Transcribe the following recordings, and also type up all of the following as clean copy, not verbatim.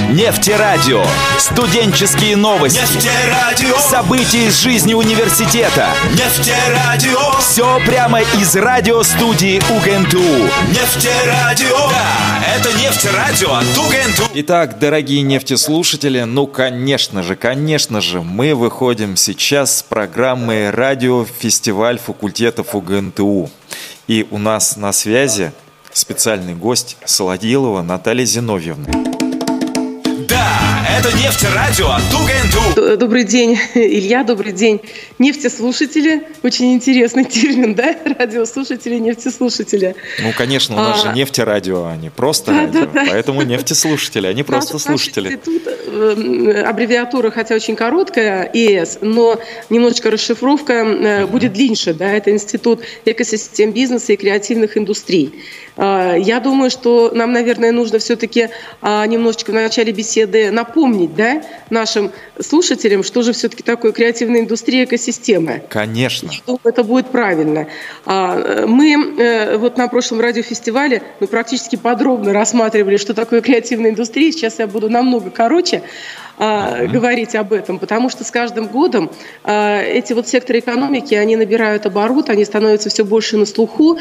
Нефтерадио. Студенческие новости. Нефтерадио. События из жизни университета. Нефтерадио. Все прямо из радиостудии УГНТУ. Нефтерадио. Да, это Нефтерадио от УГНТУ. Итак, дорогие нефтеслушатели, конечно же, мы выходим сейчас с программой «Радиофестиваль факультетов УГНТУ». И у нас на связи специальный гость Солодилова Наталья Зиновьевна. Да, это Нефтерадио от УГНТУ. Добрый день, Илья, добрый день, нефтеслушатели. Очень интересный термин, да? Радиослушатели, нефтеслушатели. Конечно, у нас же нефтерадио, а не просто радио. Поэтому нефтеслушатели, а не просто слушатели. Институт, аббревиатура, хотя очень короткая, ИЭС, но немножечко расшифровка будет длиннее, да? Это Институт экосистем бизнеса и креативных индустрий. Я думаю, что нам, наверное, нужно все-таки немножечко в начале беседы напомнить, да, нашим слушателям, что же все-таки такое креативная индустрия, экосистема. Конечно. Я думаю, это будет правильно. Мы вот на прошлом радиофестивале практически подробно рассматривали, что такое креативная индустрия. Сейчас я буду намного короче говорить об этом, потому что с каждым годом эти вот секторы экономики, они набирают оборот, они становятся все больше на слуху,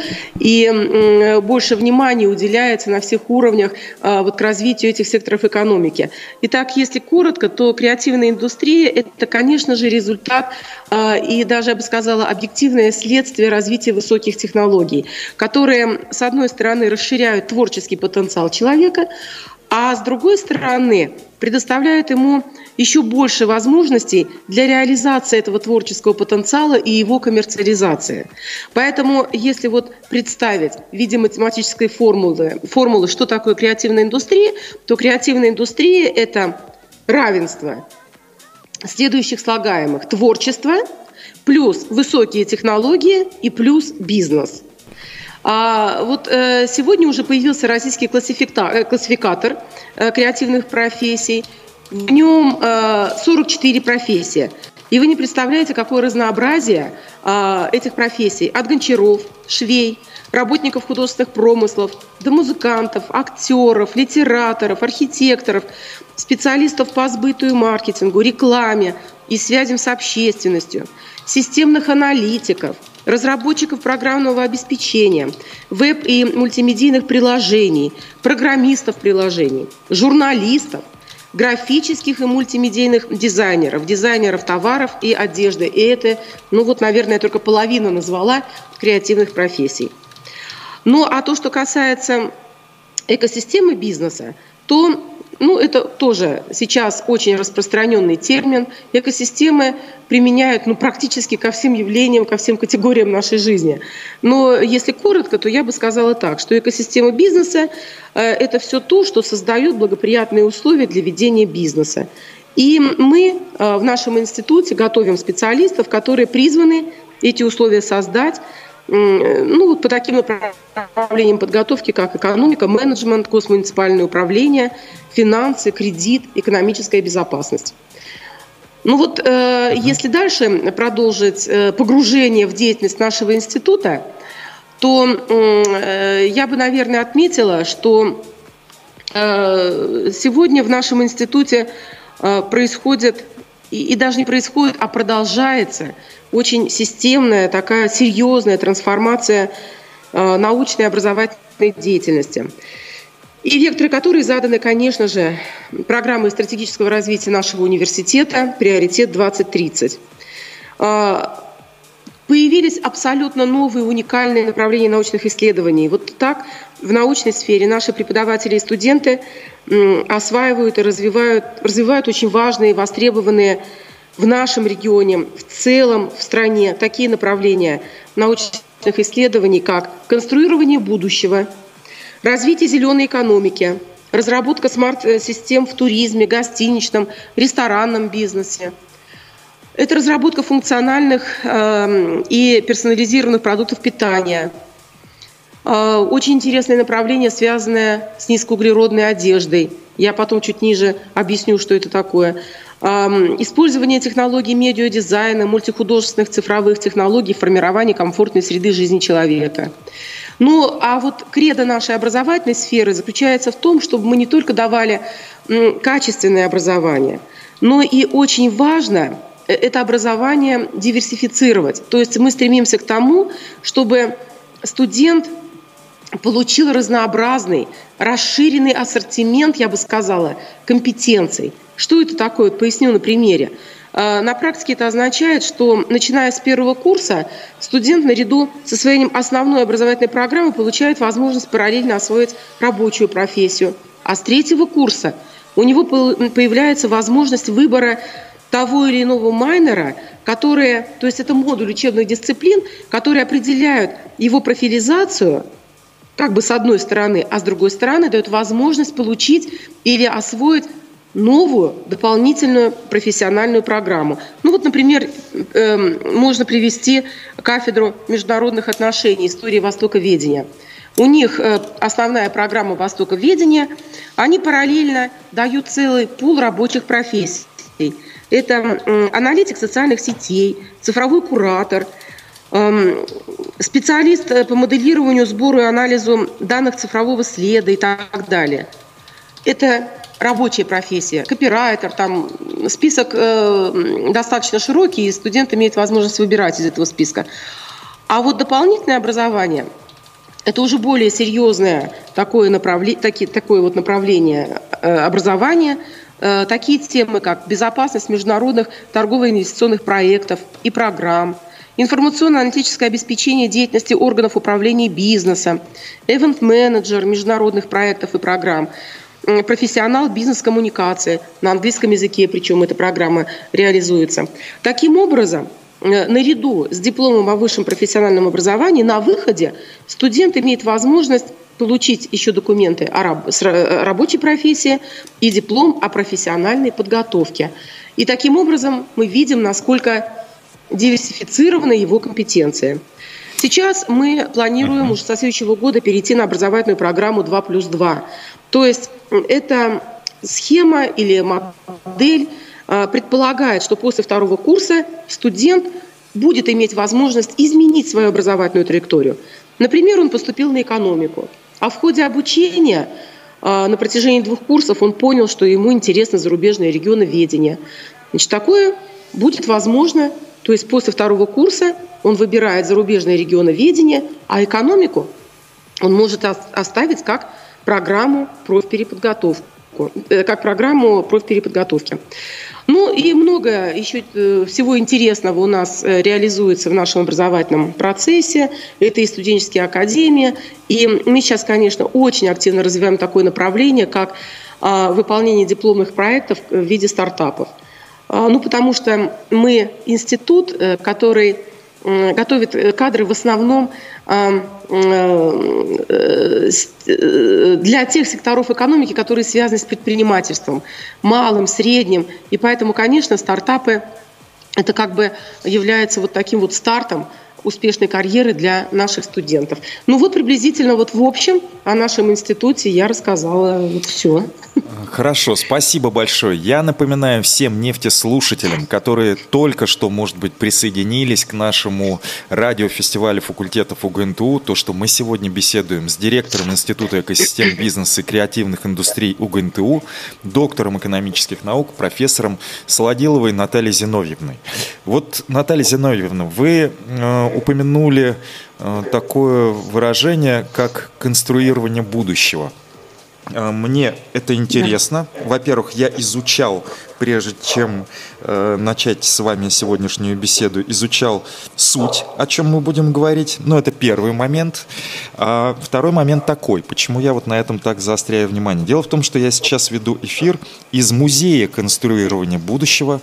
и больше внимания уделяется на всех уровнях вот к развитию этих секторов экономики. Итак, если коротко, то креативная индустрия – это, конечно же, результат и даже, я бы сказала, объективное следствие развития высоких технологий, которые, с одной стороны, расширяют творческий потенциал человека, а с другой стороны, предоставляют ему еще больше возможностей для реализации этого творческого потенциала и его коммерциализации. Поэтому, если вот представить в виде математической формулы, что такое креативная индустрия, то креативная индустрия – это равенство следующих слагаемых: творчество плюс высокие технологии и плюс бизнес. Вот сегодня уже появился российский классификатор креативных профессий. В нем 44 профессии. И вы не представляете, какое разнообразие этих профессий. От гончаров, швей, работников художественных промыслов, до музыкантов, актеров, литераторов, архитекторов, специалистов по сбыту и маркетингу, рекламе и связям с общественностью, системных аналитиков, разработчиков программного обеспечения, веб- и мультимедийных приложений, программистов приложений, журналистов, графических и мультимедийных дизайнеров, дизайнеров товаров и одежды. И это, наверное, я только половину назвала креативных профессий. А то, что касается экосистемы бизнеса, то это тоже сейчас очень распространенный термин. Экосистемы применяют практически ко всем явлениям, ко всем категориям нашей жизни. Но если коротко, то я бы сказала так, что экосистема бизнеса – это все то, что создает благоприятные условия для ведения бизнеса. И мы в нашем институте готовим специалистов, которые призваны эти условия создать, по таким направлениям подготовки, как экономика, менеджмент, госмуниципальное управление, финансы, кредит, экономическая безопасность. Если дальше продолжить погружение в деятельность нашего института, то я бы, наверное, отметила, что сегодня в нашем институте происходит, и даже не происходит, а продолжается очень системная, такая серьезная трансформация научной и образовательной деятельности. И векторы, которые заданы, конечно же, программой стратегического развития нашего университета «Приоритет 2030». Появились абсолютно новые уникальные направления научных исследований. Вот так в научной сфере наши преподаватели и студенты осваивают и развивают очень важные, востребованные в нашем регионе, в целом в стране такие направления научных исследований, как конструирование будущего, развитие зеленой экономики, разработка смарт-систем в туризме, гостиничном, ресторанном бизнесе. Это разработка функциональных и персонализированных продуктов питания. Очень интересное направление, связанное с низкоуглеродной одеждой. Я потом чуть ниже объясню, что это такое. Использование технологий медиадизайна, мультихудожественных цифровых технологий, формирование комфортной среды жизни человека. Ну, а вот кредо нашей образовательной сферы заключается в том, чтобы мы не только давали качественное образование, но и очень важно это образование диверсифицировать. То есть мы стремимся к тому, чтобы студент получил разнообразный, расширенный ассортимент, я бы сказала, компетенций. Что это такое? Поясню на примере. На практике это означает, что начиная с первого курса студент наряду со своей основной образовательной программой получает возможность параллельно освоить рабочую профессию. А с третьего курса у него появляется возможность выбора того или иного майнера, которые, то есть это модуль учебных дисциплин, которые определяют его профилизацию, как бы с одной стороны, а с другой стороны дают возможность получить или освоить новую дополнительную профессиональную программу. Ну вот, например, можно привести кафедру международных отношений, истории востоковедения. У них основная программа востоковедения, они параллельно дают целый пул рабочих профессий. Это аналитик социальных сетей, цифровой куратор, специалист по моделированию, сбору и анализу данных цифрового следа и так далее. Это рабочая профессия, копирайтер, там список достаточно широкий, и студент имеет возможность выбирать из этого списка. А вот дополнительное образование – это уже более серьезное такое направление образования, такие темы, как безопасность международных торгово-инвестиционных проектов и программ, информационно-аналитическое обеспечение деятельности органов управления бизнеса, эвент-менеджер международных проектов и программ, профессионал бизнес-коммуникации на английском языке, причем эта программа реализуется. Таким образом, наряду с дипломом о высшем профессиональном образовании на выходе студент имеет возможность получить еще документы о рабочей профессии и диплом о профессиональной подготовке. И таким образом мы видим, насколько диверсифицированы его компетенции. Сейчас мы планируем уже со следующего года перейти на образовательную программу 2+2. То есть эта схема или модель предполагает, что после второго курса студент будет иметь возможность изменить свою образовательную траекторию. Например, он поступил на экономику, а в ходе обучения на протяжении 2 курсов он понял, что ему интересно зарубежное регионоведение. Значит, такое будет возможно, то есть после второго курса он выбирает зарубежное регионоведение, а экономику он может оставить как программу профпереподготовки. Ну и много еще всего интересного у нас реализуется в нашем образовательном процессе. Это и студенческие академии. И мы сейчас, конечно, очень активно развиваем такое направление, как выполнение дипломных проектов в виде стартапов. Ну, потому что мы институт, который готовит кадры в основном для тех секторов экономики, которые связаны с предпринимательством, малым, средним. И поэтому, конечно, стартапы это как бы является вот таким вот стартом успешной карьеры для наших студентов. Ну вот приблизительно вот в общем о нашем институте я рассказала вот все. Хорошо, спасибо большое. Я напоминаю всем нефтеслушателям, которые только что, может быть, присоединились к нашему радиофестивалю факультетов УГНТУ, то, что мы сегодня беседуем с директором Института экосистем бизнеса и креативных индустрий УГНТУ, доктором экономических наук, профессором Солодиловой Натальей Зиновьевной. Вот, Наталья Зиновьевна, вы упомянули такое выражение, как конструирование будущего. Мне это интересно. Во-первых, я изучал, прежде чем начать с вами сегодняшнюю беседу, изучал суть, о чем мы будем говорить. Но это первый момент. А второй момент такой, почему я вот на этом так заостряю внимание. Дело в том, что я сейчас веду эфир из музея конструирования будущего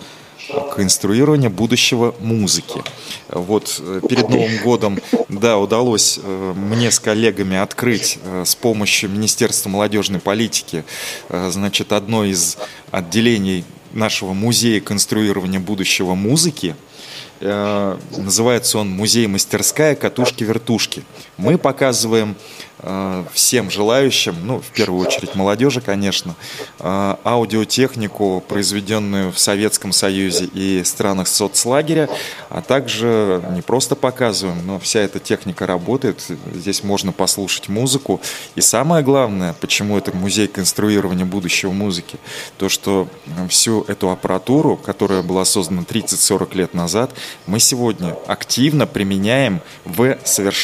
музыки. Вот перед Новым годом, да, удалось мне с коллегами открыть с помощью Министерства молодежной политики, значит, одно из отделений нашего музея конструирования будущего музыки. Называется он «Музей-мастерская катушки-вертушки». Мы показываем всем желающим, ну, в первую очередь молодежи, конечно, аудиотехнику, произведенную в Советском Союзе и странах соцлагеря, а также не просто показываем, но вся эта техника работает, здесь можно послушать музыку. И самое главное, почему это музей конструирования будущего музыки, то, что всю эту аппаратуру, которая была создана 30-40 лет назад, мы сегодня активно применяем в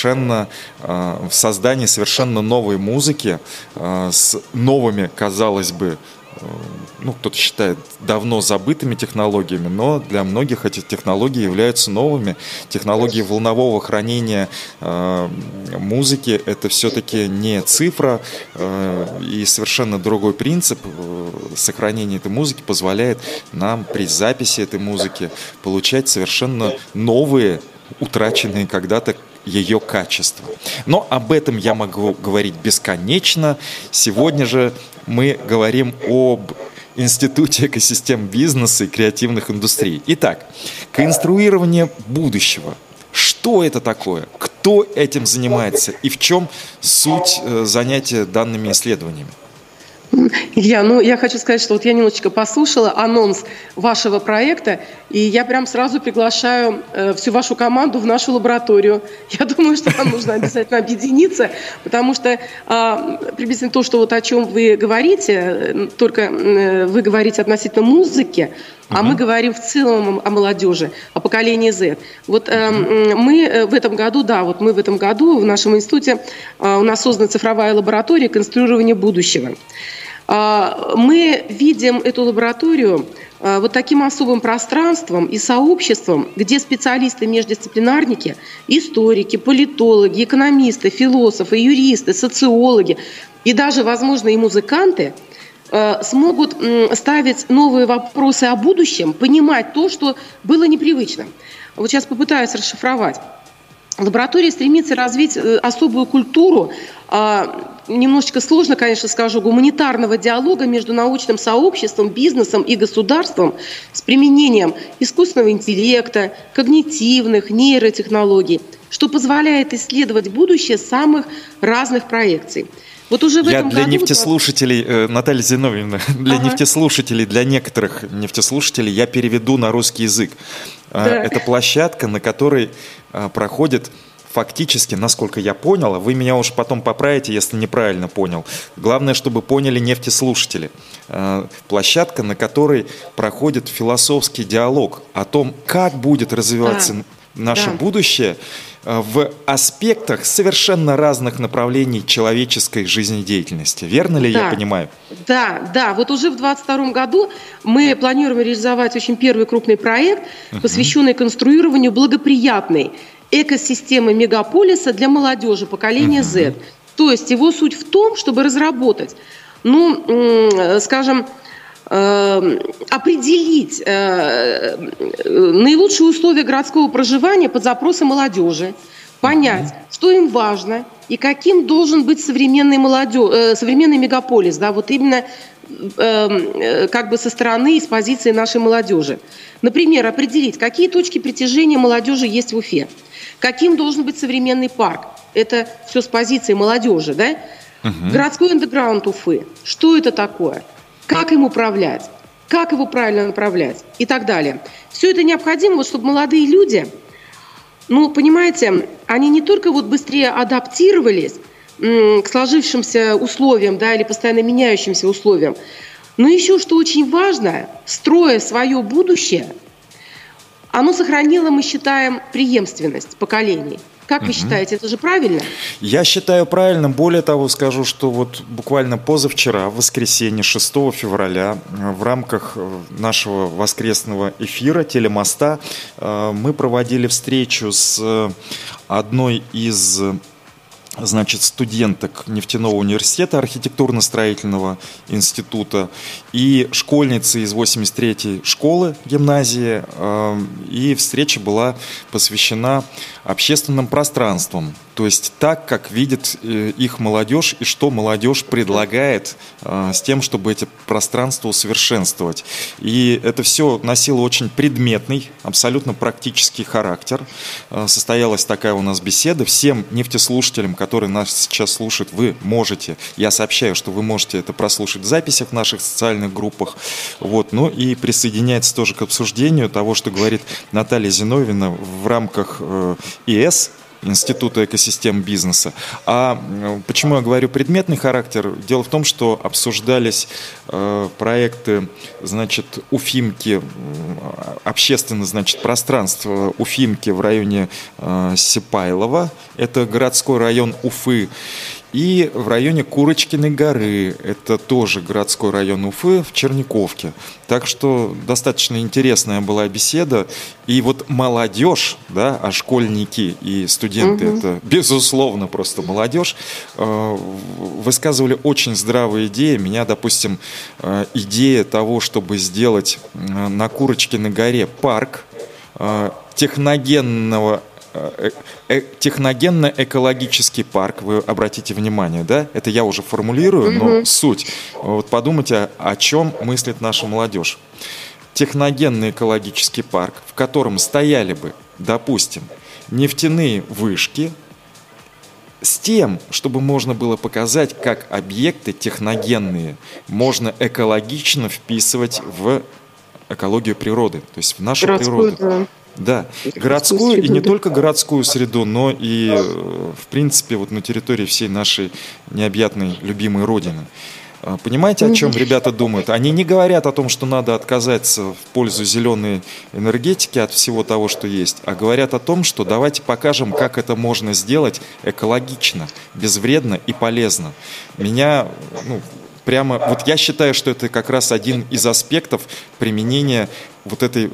создании совершенно новой музыки с новыми, казалось бы, ну, кто-то считает давно забытыми технологиями, но для многих эти технологии являются новыми. Технологии волнового хранения музыки — это все-таки не цифра, и совершенно другой принцип сохранения этой музыки позволяет нам при записи этой музыки получать совершенно новые, утраченные когда-то ее качество. Но об этом я могу говорить бесконечно. Сегодня же мы говорим об Институте экосистем бизнеса и креативных индустрий. Итак, конструирование будущего. Что это такое? Кто этим занимается? И в чем суть занятия данными исследованиями? Илья, я хочу сказать, что вот я немножечко послушала анонс вашего проекта, и я прям сразу приглашаю всю вашу команду в нашу лабораторию. Я думаю, что нам нужно обязательно объединиться, потому что приблизительно то, что вот о чем вы говорите, только вы говорите относительно музыки, а мы говорим в целом о молодежи, о поколении Z. Вот мы в этом году, в нашем институте у нас создана цифровая лаборатория конструирования будущего. Мы видим эту лабораторию вот таким особым пространством и сообществом, где специалисты-междисциплинарники, историки, политологи, экономисты, философы, юристы, социологи и даже, возможно, и музыканты смогут ставить новые вопросы о будущем, понимать то, что было непривычно. Вот сейчас попытаюсь расшифровать. Лаборатория стремится развить особую культуру, немножечко сложно, конечно, скажу, гуманитарного диалога между научным сообществом, бизнесом и государством с применением искусственного интеллекта, когнитивных, нейротехнологий, что позволяет исследовать будущее самых разных проекций. Вот уже в этом для году... нефтеслушателей, Наталья Зиновьевна, нефтеслушателей, для некоторых нефтеслушателей я переведу на русский язык. Да. Это площадка, на которой проходит фактически, насколько я понял, вы меня уж потом поправите, если неправильно понял. Главное, чтобы поняли нефтеслушатели. Площадка, на которой проходит философский диалог о том, как будет развиваться наше будущее в аспектах совершенно разных направлений человеческой жизнедеятельности. Верно ли я понимаю? Да. Вот уже в 2022 году мы планируем реализовать очень первый крупный проект, посвященный конструированию благоприятной экосистемы мегаполиса для молодежи поколения Z. То есть его суть в том, чтобы разработать, определить наилучшие условия городского проживания под запросы молодежи, понять, что им важно и каким должен быть современный мегаполис, да, вот именно как бы со стороны и с позиции нашей молодежи. Например, определить, какие точки притяжения молодежи есть в Уфе, каким должен быть современный парк. Это все с позиции молодежи, да? Городской андеграунд Уфы. Что это такое? Как им управлять? Как его правильно направлять? И так далее. Все это необходимо, чтобы молодые люди, понимаете, они не только быстрее адаптировались к сложившимся условиям, да, или постоянно меняющимся условиям, но еще, что очень важно, строя свое будущее, оно сохранило, мы считаем, преемственность поколений. Как вы считаете, это же правильно? Я считаю правильным. Более того, скажу, что вот буквально позавчера, в воскресенье, 6 февраля, в рамках нашего воскресного эфира «Телемоста» мы проводили встречу с одной из студенток нефтяного университета, архитектурно-строительного института и школьницы из 83-й школы гимназии. И встреча была посвящена общественным пространствам, то есть так, как видит их молодежь и что молодежь предлагает с тем, чтобы эти пространства усовершенствовать. И это все носило очень предметный, абсолютно практический характер. Состоялась такая у нас беседа. Всем нефтеслушателям, которые которые нас сейчас слушают, вы можете, я сообщаю, что вы можете это прослушать в записях в наших социальных группах. Вот. Ну и присоединяется тоже к обсуждению того, что говорит Наталья Зиновьевна в рамках ИС, Института экосистем бизнеса. А почему я говорю предметный характер? Дело в том, что обсуждались проекты, значит, Уфимки, общественное, значит, пространство Уфимки в районе Сипайлова, это городской район Уфы, и в районе Курочкиной горы, это тоже городской район Уфы, в Черниковке. Так что достаточно интересная была беседа. И вот молодежь, да, а школьники и студенты, это безусловно просто молодежь, высказывали очень здравые идеи. Меня, допустим, идея того, чтобы сделать на Курочкиной горе парк техногенно-экологический парк, вы обратите внимание, да? Это я уже формулирую, но суть. Вот подумайте, о чем мыслит наша молодежь. Техногенный экологический парк, в котором стояли бы, допустим, нефтяные вышки, с тем, чтобы можно было показать, как объекты техногенные можно экологично вписывать в экологию природы, то есть в нашу природу. Да. Да, городскую среду, и не только городскую среду, но и, в принципе, вот на территории всей нашей необъятной любимой Родины. Понимаете, о чем ребята думают? Они не говорят о том, что надо отказаться в пользу зеленой энергетики от всего того, что есть, а говорят о том, что давайте покажем, как это можно сделать экологично, безвредно и полезно. Меня, прямо, вот я считаю, что это как раз один из аспектов применения вот этой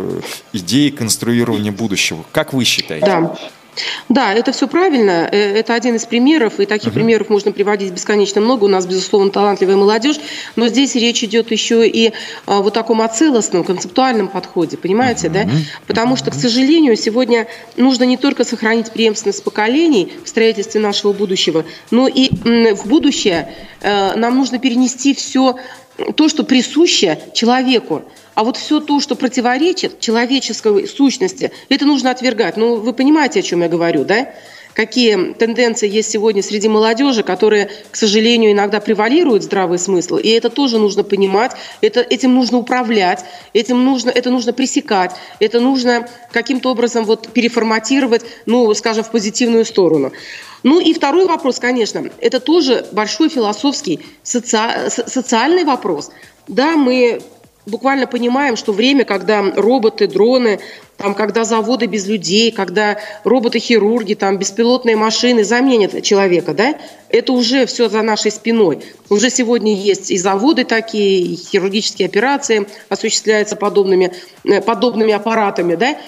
идеи конструирования будущего. Как вы считаете? Да, это все правильно. Это один из примеров, и таких примеров можно приводить бесконечно много. У нас, безусловно, талантливая молодежь, но здесь речь идет еще и о вот таком целостном, концептуальном подходе, понимаете, да? Потому что, к сожалению, сегодня нужно не только сохранить преемственность поколений в строительстве нашего будущего, но и в будущее нам нужно перенести все то, что присуще человеку. А вот все то, что противоречит человеческой сущности, это нужно отвергать. Вы понимаете, о чем я говорю, да? Какие тенденции есть сегодня среди молодежи, которые, к сожалению, иногда превалируют здравый смысл. И это тоже нужно понимать, этим нужно управлять, это нужно пресекать, это нужно каким-то образом переформатировать, скажем, в позитивную сторону. И второй вопрос, конечно, это тоже большой философский, социальный вопрос. Да, мы буквально понимаем, что время, когда роботы, дроны, когда заводы без людей, когда роботы-хирурги, беспилотные машины заменят человека, да, это уже все за нашей спиной. Уже сегодня есть и заводы такие, и хирургические операции осуществляются подобными аппаратами, да.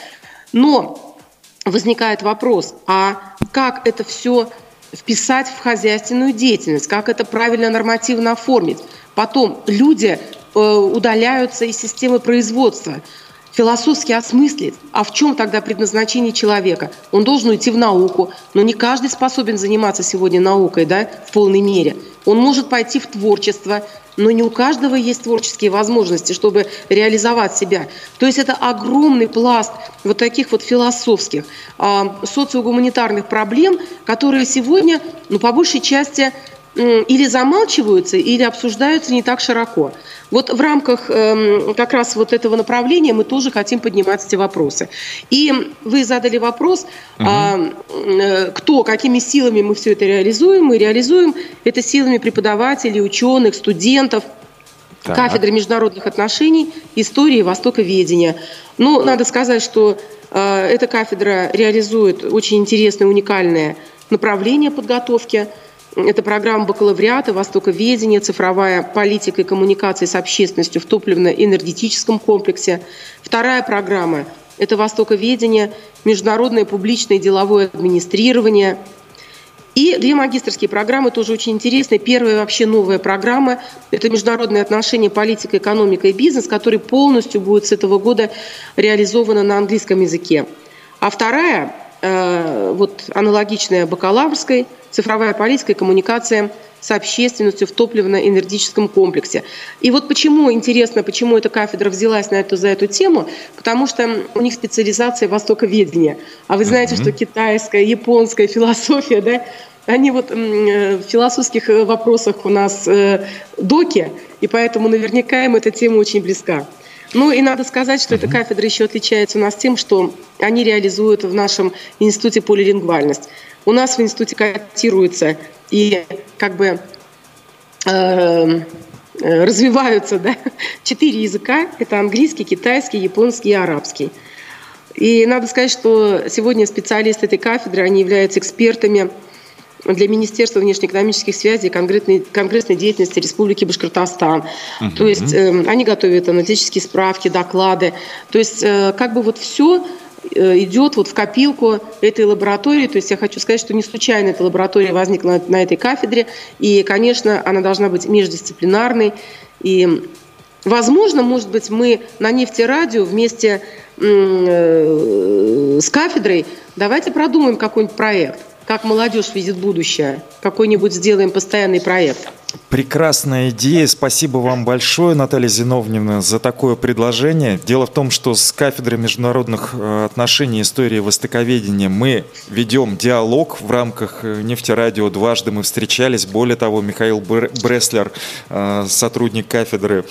Но возникает вопрос, а как это все вписать в хозяйственную деятельность, как это правильно нормативно оформить? Потом люди удаляются из системы производства. Философски осмыслить, а в чем тогда предназначение человека? Он должен уйти в науку, но не каждый способен заниматься сегодня наукой, да, в полной мере. Он может пойти в творчество, но не у каждого есть творческие возможности, чтобы реализовать себя. То есть это огромный пласт вот таких философских, социогуманитарных проблем, которые сегодня, по большей части, или замалчиваются, или обсуждаются не так широко. Вот в рамках как раз этого направления мы тоже хотим поднимать эти вопросы. И вы задали вопрос, какими силами мы все это реализуем. Мы реализуем это силами преподавателей, ученых, студентов, кафедры международных отношений, истории и востоковедения. Надо сказать, что эта кафедра реализует очень интересное, уникальное направление подготовки. Это программа бакалавриата, востоковедение, цифровая политика и коммуникации с общественностью в топливно-энергетическом комплексе. Вторая программа – это востоковедение, международное публичное и деловое администрирование. И 2 магистерские программы тоже очень интересные. Первая вообще новая программа – это международные отношения, политика, экономика и бизнес, которая полностью будет с этого года реализована на английском языке. А вторая, аналогичная бакалаврской, цифровая политика и коммуникация с общественностью в топливно-энергетическом комплексе. И почему интересно, почему эта кафедра взялась за эту тему, потому что у них специализация востоковедения. А вы знаете, что китайская, японская философия, да, они вот в философских вопросах у нас доки, и поэтому наверняка им эта тема очень близка. Ну и надо сказать, что эта кафедра еще отличается у нас тем, что они реализуют в нашем институте полилингвальность. У нас в институте котируется и как бы развиваются 4 языка. Это английский, китайский, японский и арабский. И надо сказать, что сегодня специалисты этой кафедры, они являются экспертами для Министерства внешнеэкономических связей и конгрессной деятельности Республики Башкортостан. То есть они готовят аналитические справки, доклады. То есть как бы вот все идет вот в копилку этой лаборатории. То есть я хочу сказать, что не случайно эта лаборатория возникла на этой кафедре. И, конечно, она должна быть междисциплинарной. И, возможно, может быть, мы на Нефтерадио вместе с кафедрой давайте продумаем какой-нибудь проект. Как молодежь видит будущее. Какой-нибудь сделаем постоянный проект. Прекрасная идея. Спасибо вам большое, Наталья Зиновьевна, за такое предложение. Дело в том, что с кафедрой международных отношений, истории и востоковедения мы ведем диалог в рамках Нефтерадио. Дважды мы встречались. Более того, Михаил Бреслер, сотрудник кафедры,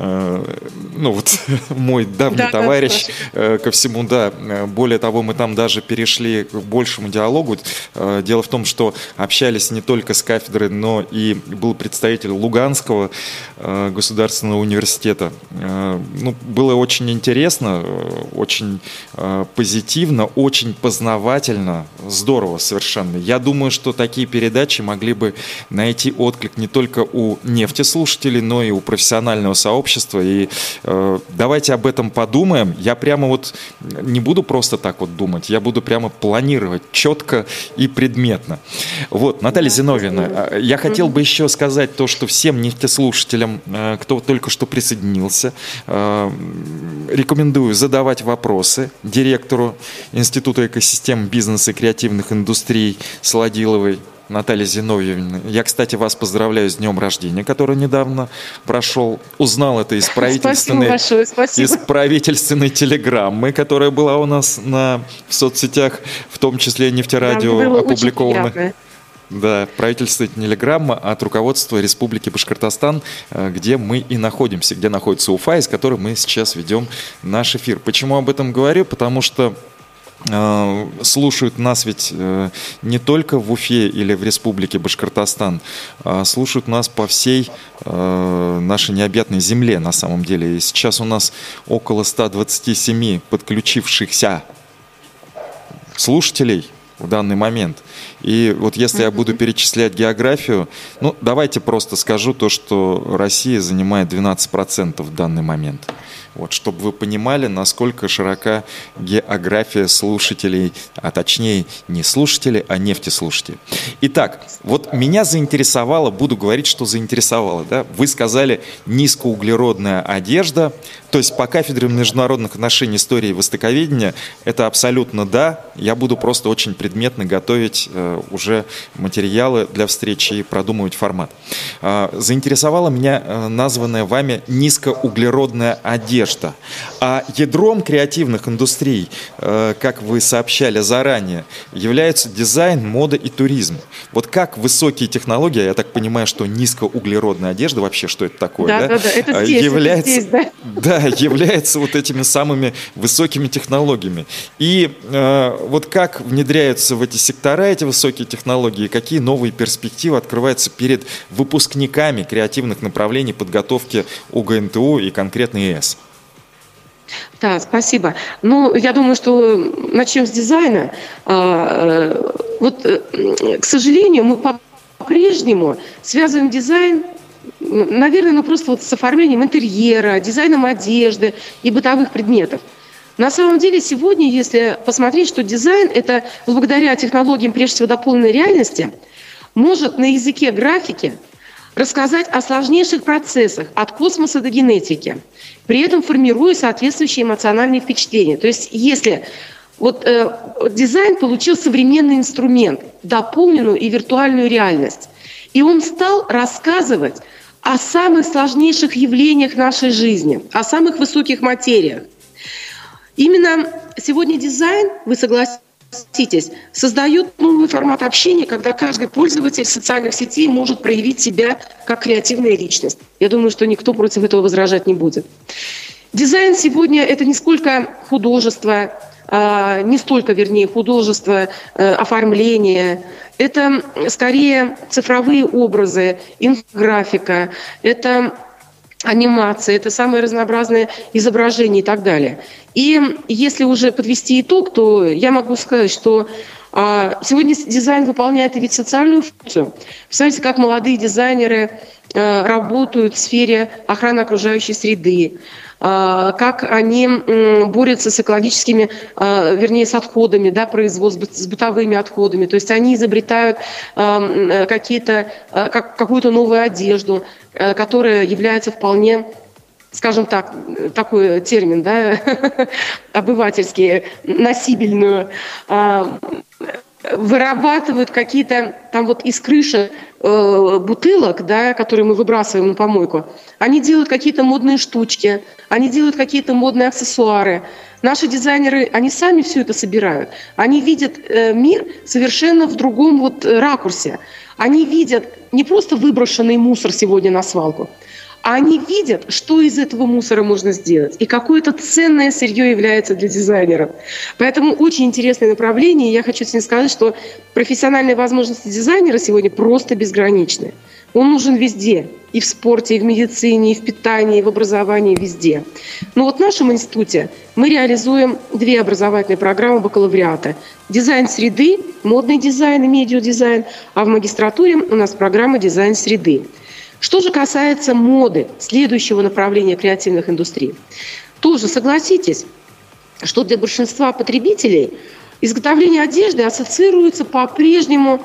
мой давний товарищ, ко всему, Более того, мы там даже перешли к большему диалогу. Дело в том, что общались не только с кафедрой, но и был представитель Луганского государственного университета. Было очень интересно, очень позитивно, очень познавательно, здорово совершенно. Я думаю, что такие передачи могли бы найти отклик не только у нефтеслушателей, но и у профессионального сообщества. И давайте об этом подумаем. Я прямо не буду просто так думать, я буду прямо планировать четко и предметно. Наталья Зиновьевна, я хотел бы еще сказать то, что всем нефтеслушателям, кто только что присоединился, рекомендую задавать вопросы директору Института экосистем бизнеса и креативных индустрий Солодиловой Наталье Зиновьевне. Я, кстати, вас поздравляю с днем рождения, который недавно прошел. Узнал это из правительственной телеграммы, которая была у нас в соцсетях, в том числе Нефтерадио, опубликована. Да, правительственная телеграмма от руководства Республики Башкортостан, где мы и находимся, где находится Уфа, из которой мы сейчас ведем наш эфир. Почему об этом говорю? Потому что слушают нас ведь не только в Уфе или в Республике Башкортостан, а слушают нас по всей нашей необъятной земле на самом деле. И сейчас у нас около 127 подключившихся слушателей в данный момент. И если я буду перечислять географию, давайте просто скажу то, что Россия занимает 12% в данный момент. Чтобы вы понимали, насколько широка география слушателей, а точнее не слушателей, а нефтеслушателей. Итак, меня заинтересовало, буду говорить, что заинтересовало. Вы сказали низкоуглеродная одежда, то есть по кафедре международных отношений, истории и востоковедения это абсолютно да. Я буду просто очень предметно готовить уже материалы для встречи и продумывать формат. Заинтересовала меня названная вами низкоуглеродная одежда. А ядром креативных индустрий, как вы сообщали заранее, являются дизайн, мода и туризм. Как высокие технологии, я так понимаю, что низкоуглеродная одежда, вообще что это такое, это здесь, является, является этими самыми высокими технологиями. И как внедряются в эти сектора эти высокие технологии, какие новые перспективы открываются перед выпускниками креативных направлений подготовки УГНТУ и конкретно ЕС? Да, спасибо. Я думаю, что начнем с дизайна. К сожалению, мы по-прежнему связываем дизайн, наверное, просто с оформлением интерьера, дизайном одежды и бытовых предметов. На самом деле сегодня, если посмотреть, что дизайн – это благодаря технологиям, прежде всего, дополненной реальности, может на языке графики рассказать о сложнейших процессах от космоса до генетики, при этом формируя соответствующие эмоциональные впечатления. То есть если дизайн получил современный инструмент, дополненную и виртуальную реальность, и он стал рассказывать о самых сложнейших явлениях нашей жизни, о самых высоких материях. Именно сегодня дизайн, вы согласитесь согласитесь, создает новый формат общения, когда каждый пользователь социальных сетей может проявить себя как креативная личность. Я думаю, что никто против этого возражать не будет. Дизайн сегодня – это не сколько художество, не столько, вернее, художество, оформление. Это скорее цифровые образы, инфографика, это анимация, это самые разнообразные изображения и так далее. И если уже подвести итог, то я могу сказать, что сегодня дизайн выполняет ведь социальную функцию. Представляете, как молодые дизайнеры работают в сфере охраны окружающей среды, как они борются с экологическими, вернее, с отходами, да, производства, с бытовыми отходами. То есть они изобретают какую-то новую одежду, которая является вполне, скажем так, такой термин, да, обывательский, носибельную, вырабатывают какие-то там вот из крыши бутылок, да, которые мы выбрасываем на помойку. Они делают какие-то модные штучки, они делают какие-то модные аксессуары. Наши дизайнеры, они сами все это собирают. Они видят мир совершенно в другом вот ракурсе. Они видят не просто выброшенный мусор сегодня на свалку, а они видят, что из этого мусора можно сделать и какое-то ценное сырье является для дизайнеров. Поэтому очень интересное направление. Я хочу сегодня сказать, что профессиональные возможности дизайнера сегодня просто безграничны. Он нужен везде. И в спорте, и в медицине, и в питании, и в образовании, везде. Но вот в нашем институте мы реализуем 2 образовательные программы бакалавриата. Дизайн среды, модный дизайн и медиадизайн, а в магистратуре у нас программа дизайн среды. Что же касается моды, следующего направления креативных индустрий, тоже согласитесь, что для большинства потребителей изготовление одежды ассоциируется по-прежнему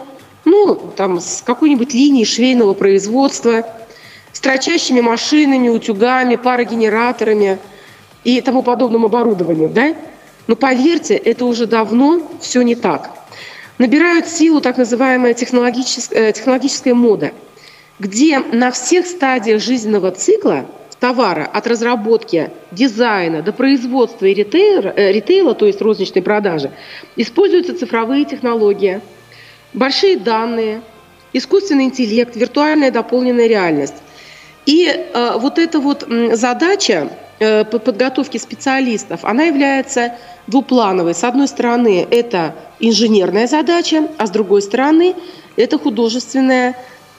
с какой-нибудь линией швейного производства, строчащими машинами, утюгами, парогенераторами и тому подобным оборудованием. Да? Но поверьте, это уже давно все не так. Набирают силу так называемая технологическая мода, где на всех стадиях жизненного цикла товара, от разработки, дизайна до производства и ритейла, то есть розничной продажи, используются цифровые технологии, большие данные, искусственный интеллект, виртуальная дополненная реальность. И вот эта вот задача подготовки специалистов, она является двуплановой. С одной стороны, это инженерная задача, а с другой стороны, это художественная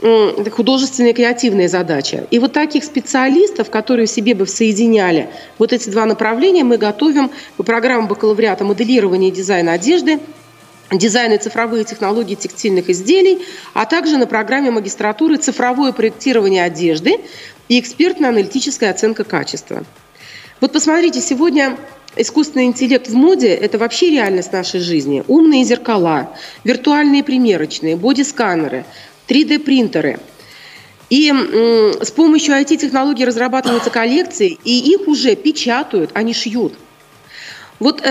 креативная задача. И вот таких специалистов, которые в себе бы соединяли вот эти 2 направления, мы готовим по программам бакалавриата моделирования и дизайна одежды, дизайн и цифровые технологии текстильных изделий, а также на программе магистратуры цифровое проектирование одежды и экспертно-аналитическая оценка качества. Вот посмотрите, сегодня искусственный интеллект в моде – это вообще реальность нашей жизни. Умные зеркала, виртуальные примерочные, боди-сканеры, 3D-принтеры. И с помощью IT-технологий разрабатываются коллекции, и их уже печатают, а не шьют. Вот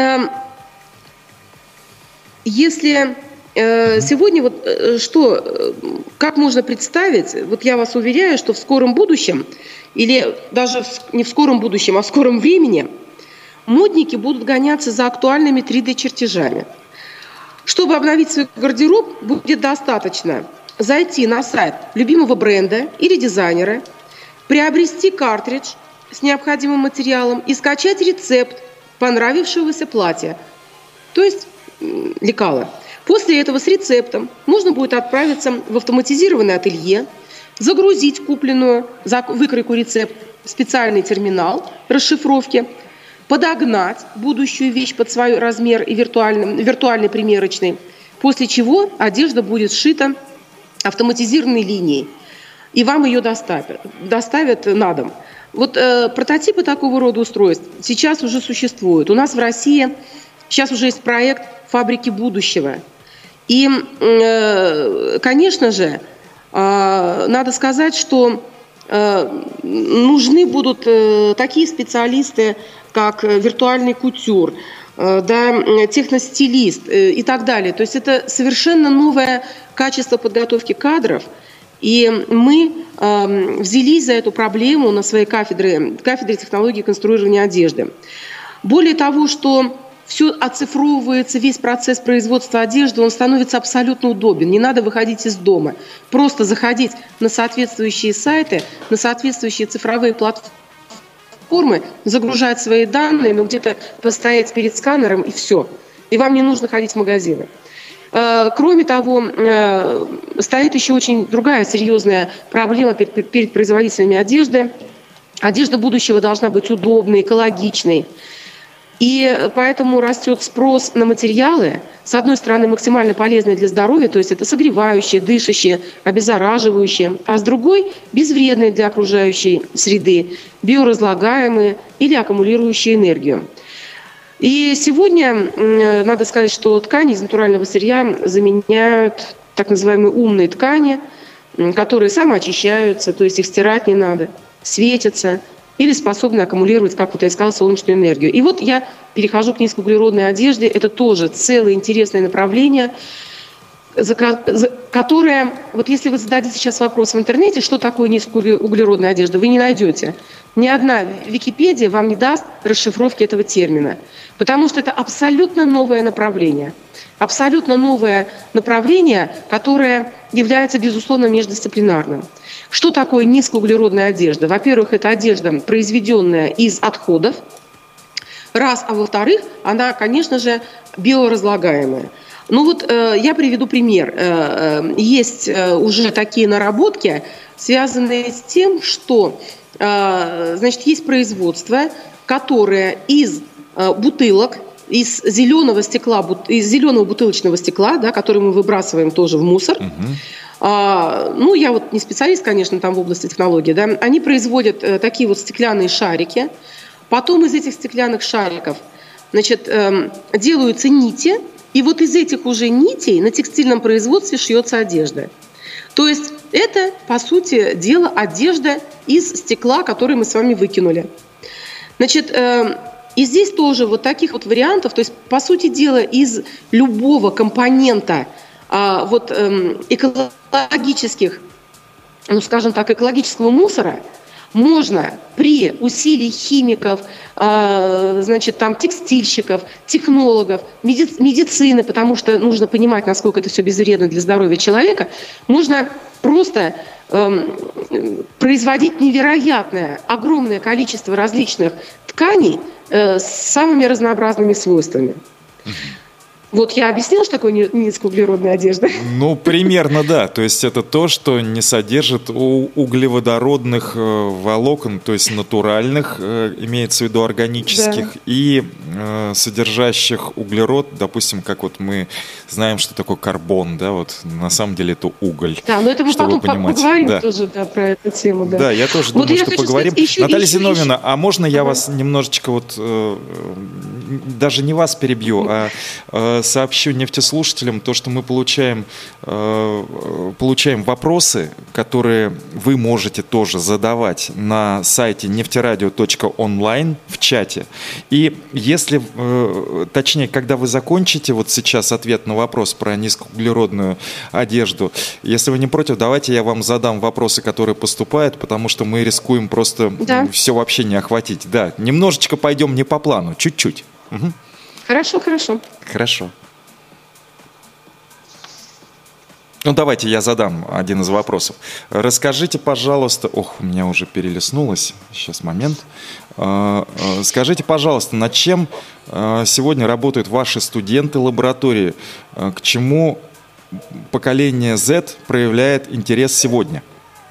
если сегодня как можно представить, вот я вас уверяю, что в скором будущем, или даже не в скором будущем, а в скором времени, модники будут гоняться за актуальными 3D-чертежами. Чтобы обновить свой гардероб, будет достаточно зайти на сайт любимого бренда или дизайнера, приобрести картридж с необходимым материалом и скачать рецепт понравившегося платья, то есть лекала. После этого с рецептом можно будет отправиться в автоматизированное ателье, загрузить купленную за выкройку рецепт в специальный терминал расшифровки, подогнать будущую вещь под свой размер и виртуальный примерочный, после чего одежда будет сшита автоматизированной линией, и вам ее доставят на дом. Вот прототипы такого рода устройств сейчас уже существуют. У нас в России сейчас уже есть проект «Фабрики будущего». И, конечно же, надо сказать, что нужны будут такие специалисты, как виртуальный кутюр, техностилист и так далее. То есть это совершенно новое качество подготовки кадров. И мы взялись за эту проблему на своей кафедре технологии конструирования одежды. Более того, что все оцифровывается, весь процесс производства одежды, он становится абсолютно удобен. Не надо выходить из дома. Просто заходить на соответствующие сайты, на соответствующие цифровые платформы, загружать свои данные, где-то постоять перед сканером, и все. И вам не нужно ходить в магазины. Кроме того, стоит еще очень другая серьезная проблема перед производителями одежды. Одежда будущего должна быть удобной, экологичной. И поэтому растет спрос на материалы, с одной стороны, максимально полезные для здоровья, то есть это согревающие, дышащие, обеззараживающие, а с другой – безвредные для окружающей среды, биоразлагаемые или аккумулирующие энергию. И сегодня надо сказать, что ткани из натурального сырья заменяют так называемые умные ткани, которые самоочищаются, то есть их стирать не надо, светятся или способны аккумулировать, как вот я сказала, солнечную энергию. И вот я перехожу к низкоуглеродной одежде. Это тоже целое интересное направление, которое, вот если вы зададите сейчас вопрос в интернете, что такое низкоуглеродная одежда, вы не найдете. Ни одна Википедия вам не даст расшифровки этого термина, потому что это абсолютно новое направление. Абсолютно новое направление, которое является, безусловно, междисциплинарным. Что такое низкоуглеродная одежда? Во-первых, это одежда, произведенная из отходов, раз, а во-вторых, она, конечно же, биоразлагаемая. Ну вот я приведу пример. Есть уже такие наработки, связанные с тем, что значит, есть производство, которое из бутылок, из зеленого стекла, из зеленого бутылочного стекла, да, который мы выбрасываем тоже в мусор. Ну, я вот не специалист, конечно, там в области технологий, да, они производят такие вот стеклянные шарики. Потом из этих стеклянных шариков, значит, делаются нити, и вот из этих уже нитей на текстильном производстве шьется одежда. То есть это, по сути дела, одежда из стекла, который мы с вами выкинули. Значит, и здесь тоже вот таких вот вариантов, то есть, по сути дела, из любого компонента вот экологических, ну, скажем так, экологического мусора можно при усилии химиков, значит, там, текстильщиков, технологов, медицины, потому что нужно понимать, насколько это все безвредно для здоровья человека, можно просто производить невероятное, огромное количество различных тканей с самыми разнообразными свойствами. Вот я объяснила, что такое низкоуглеродная одежда? Ну, примерно, да. То есть это то, что не содержит углеводородных волокон, то есть натуральных, имеется в виду органических, да, и содержащих углерод, допустим, как вот мы знаем, что такое карбон, да, вот на самом деле это уголь. Да, но это мы потом поговорим, да, тоже, да, про эту тему. Да, да, я тоже вот думаю, что поговорим. Наталья Зиновьевна, а можно я вас немножечко вот, даже не вас перебью, а сообщу нефтеслушателям то, что мы получаем вопросы, которые вы можете тоже задавать на сайте нефтерадио.онлайн в чате. И если, точнее, когда вы закончите вот сейчас ответ на вопрос про низкоуглеродную одежду, если вы не против, давайте я вам задам вопросы, которые поступают, потому что мы рискуем просто все вообще не охватить. Да, немножечко пойдем не по плану, чуть-чуть. Угу. Хорошо. Ну, давайте я задам один из вопросов. Расскажите, пожалуйста... Ох, у меня уже перелистнулось. Сейчас, момент. Скажите, пожалуйста, над чем сегодня работают ваши студенты лаборатории? К чему поколение Z проявляет интерес сегодня?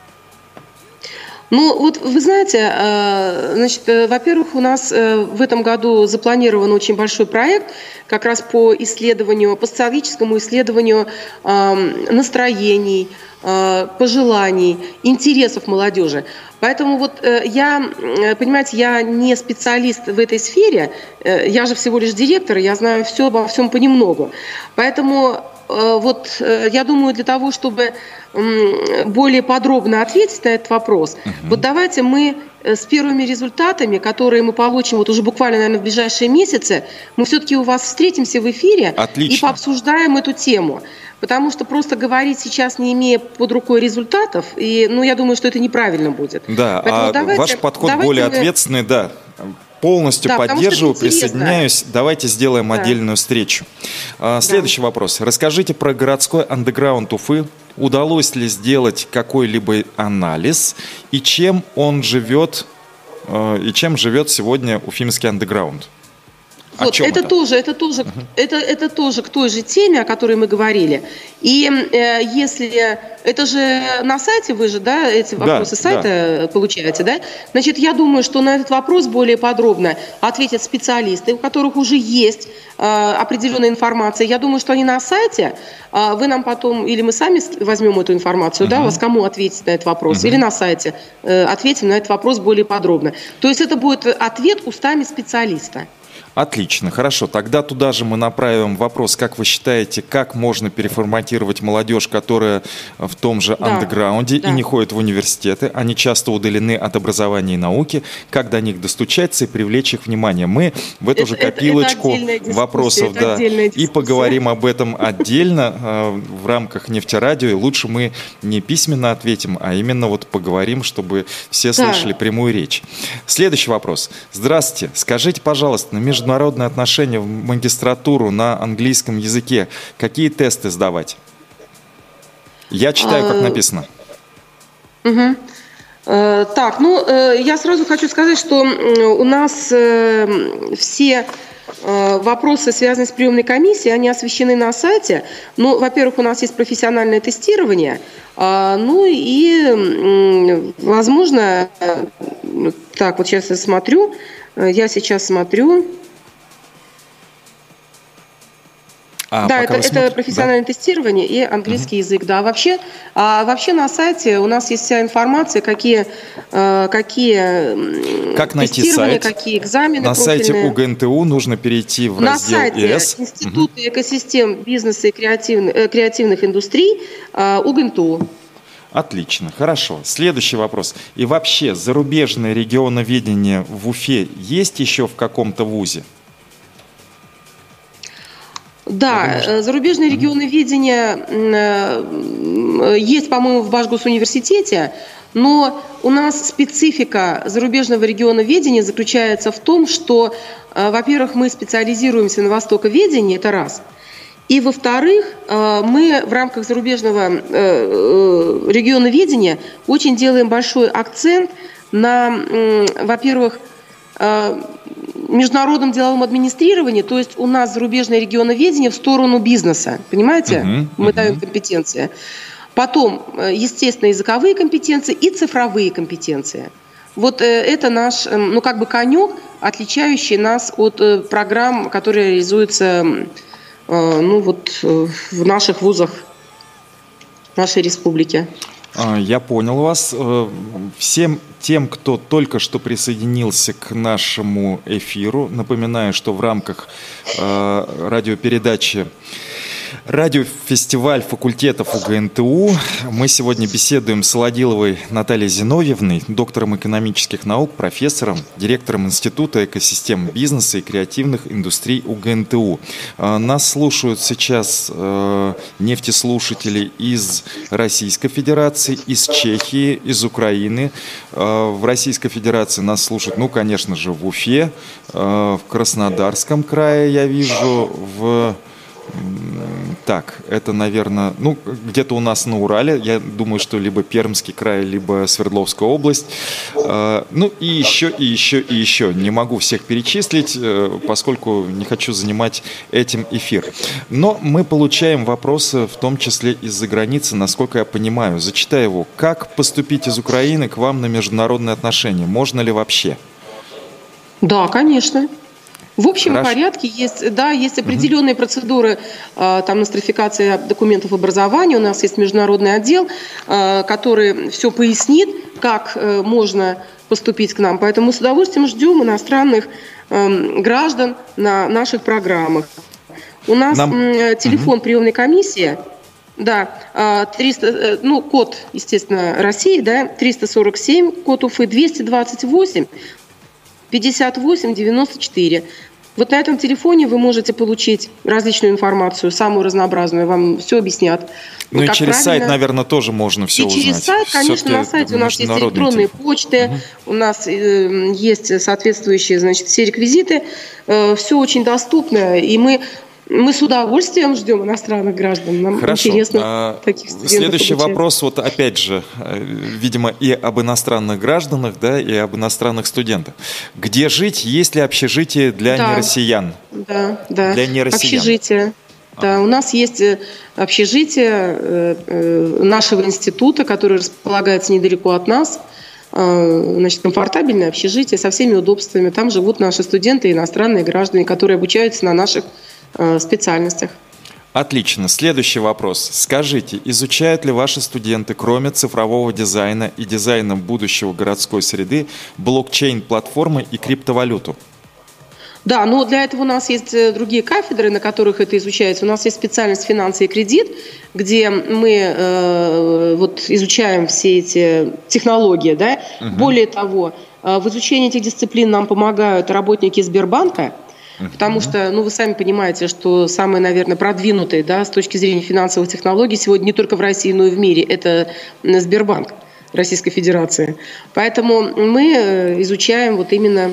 Ну, вот вы знаете, значит, во-первых, у нас в этом году запланирован очень большой проект как раз по исследованию, по социологическому исследованию настроений, пожеланий, интересов молодежи. Поэтому вот понимаете, я не специалист в этой сфере, я же всего лишь директор, я знаю все обо всем понемногу. Поэтому вот я думаю, для того, чтобы более подробно ответить на этот вопрос, вот давайте мы с первыми результатами, которые мы получим вот уже буквально, наверное, в ближайшие месяцы, мы все-таки у вас встретимся в эфире. Отлично. И пообсуждаем эту тему. Потому что просто говорить сейчас, не имея под рукой результатов, я думаю, что это неправильно будет. Да, поэтому ваш подход более ответственный, да. Полностью поддерживаю, интересно. присоединяюсь. Давайте сделаем отдельную встречу. Следующий вопрос. Расскажите про городской андеграунд Уфы. Удалось ли сделать какой-либо анализ и чем он живет, и чем живет сегодня уфимский андеграунд? Вот, это тоже к той же теме, о которой мы говорили. И если это же на сайте вы же, да, эти вопросы сайта получаете, да? Значит, я думаю, что на этот вопрос более подробно ответят специалисты, у которых уже есть определенная информация. Я думаю, что они на сайте. Вы нам потом, или мы сами возьмем эту информацию, да, у вас кому ответить на этот вопрос, или на сайте ответим на этот вопрос более подробно. То есть это будет ответ устами специалиста. Отлично, хорошо. Тогда туда же мы направим вопрос, как вы считаете, как можно переформатировать молодежь, которая в том же андеграунде и не ходит в университеты. Они часто удалены от образования и науки. Как до них достучаться и привлечь их внимание? Мы в эту же копилочку вопросов и поговорим об этом отдельно в рамках Нефтерадио. И лучше мы не письменно ответим, а именно вот поговорим, чтобы все слышали прямую речь. Следующий вопрос. Здравствуйте. Скажите, пожалуйста, на международные отношения в магистратуру на английском языке какие тесты сдавать? Я читаю, как написано. Так, я сразу хочу сказать, что у нас все вопросы, связанные с приемной комиссией, они освещены на сайте. Ну, во-первых, у нас есть профессиональное тестирование, ну и, возможно, так, вот сейчас я сейчас смотрю. Это профессиональное тестирование и английский язык. Да, вообще на сайте у нас есть вся информация, какие как найти сайт? Какие экзамены на профильные. Сайте УГНТУ нужно перейти в раздел На сайте Института экосистем бизнеса и креативных индустрий УГНТУ. Отлично, хорошо. Следующий вопрос. И вообще, зарубежное регионоведение в Уфе есть еще в каком-то вузе? Да, зарубежное регионоведение есть, по-моему, в Башгосуниверситете, но у нас специфика зарубежного регионоведения заключается в том, что, во-первых, мы специализируемся на востоковедении, это раз, и, во-вторых, мы в рамках зарубежного регионоведения очень делаем большой акцент на, во-первых, международном деловом администрировании, то есть у нас зарубежное регионоведение в сторону бизнеса, понимаете? Мы даем компетенции. Потом, естественно, языковые компетенции и цифровые компетенции. Вот это наш, конек, отличающий нас от программ, которые реализуются, в наших вузах нашей республики. Я понял вас. Всем тем, кто только что присоединился к нашему эфиру, напоминаю, что в рамках радиопередачи «Радиофестиваль факультетов УГНТУ» мы сегодня беседуем с Солодиловой Натальей Зиновьевной, доктором экономических наук, профессором, директором Института экосистем бизнеса и креативных индустрий УГНТУ. Нас слушают сейчас нефтеслушатели из Российской Федерации, из Чехии, из Украины. В Российской Федерации нас слушают, конечно же, в Уфе, в Краснодарском крае, я вижу, это, наверное, где-то у нас на Урале, я думаю, что либо Пермский край, либо Свердловская область, и еще. Не могу всех перечислить, поскольку не хочу занимать этим эфир. Но мы получаем вопросы, в том числе из-за границы, насколько я понимаю. Зачитаю его. Как поступить из Украины к вам на международные отношения? Можно ли вообще? Да, конечно. В общем порядке есть определенные процедуры нострификации документов образования. У нас есть международный отдел, который все пояснит, как можно поступить к нам. Поэтому мы с удовольствием ждем иностранных граждан на наших программах. У нас телефон приемной комиссии, код, естественно, России, 347, код Уфы 228 58 94. Вот на этом телефоне вы можете получить различную информацию, самую разнообразную, вам все объяснят. Ну и через сайт, наверное, тоже можно все узнать. И через сайт, конечно, на сайте у нас есть электронные почты, у нас есть соответствующие, значит, все реквизиты, все очень доступно, и мы с удовольствием ждем иностранных граждан. Нам интересно таких студентов Следующий обучать. вопрос, вот опять же, видимо, и об иностранных гражданах, да, и об иностранных студентах. Где жить? Есть ли общежитие для нероссиян? Да. Для нероссиян. Общежитие. Да, у нас есть общежитие нашего института, которое располагается недалеко от нас. Значит, комфортабельное общежитие со всеми удобствами. Там живут наши студенты, иностранные граждане, которые обучаются на наших специальностях. Отлично. Следующий вопрос. Скажите, изучают ли ваши студенты, кроме цифрового дизайна и дизайна будущего городской среды, блокчейн-платформы и криптовалюту? Да, но для этого у нас есть другие кафедры, на которых это изучается. У нас есть специальность «Финансы и кредит», где мы изучаем все эти технологии. Да? Более того, в изучении этих дисциплин нам помогают работники Сбербанка, потому что, вы сами понимаете, что самые, наверное, продвинутые, да, с точки зрения финансовых технологий сегодня не только в России, но и в мире, это Сбербанк Российской Федерации. Поэтому мы изучаем вот именно...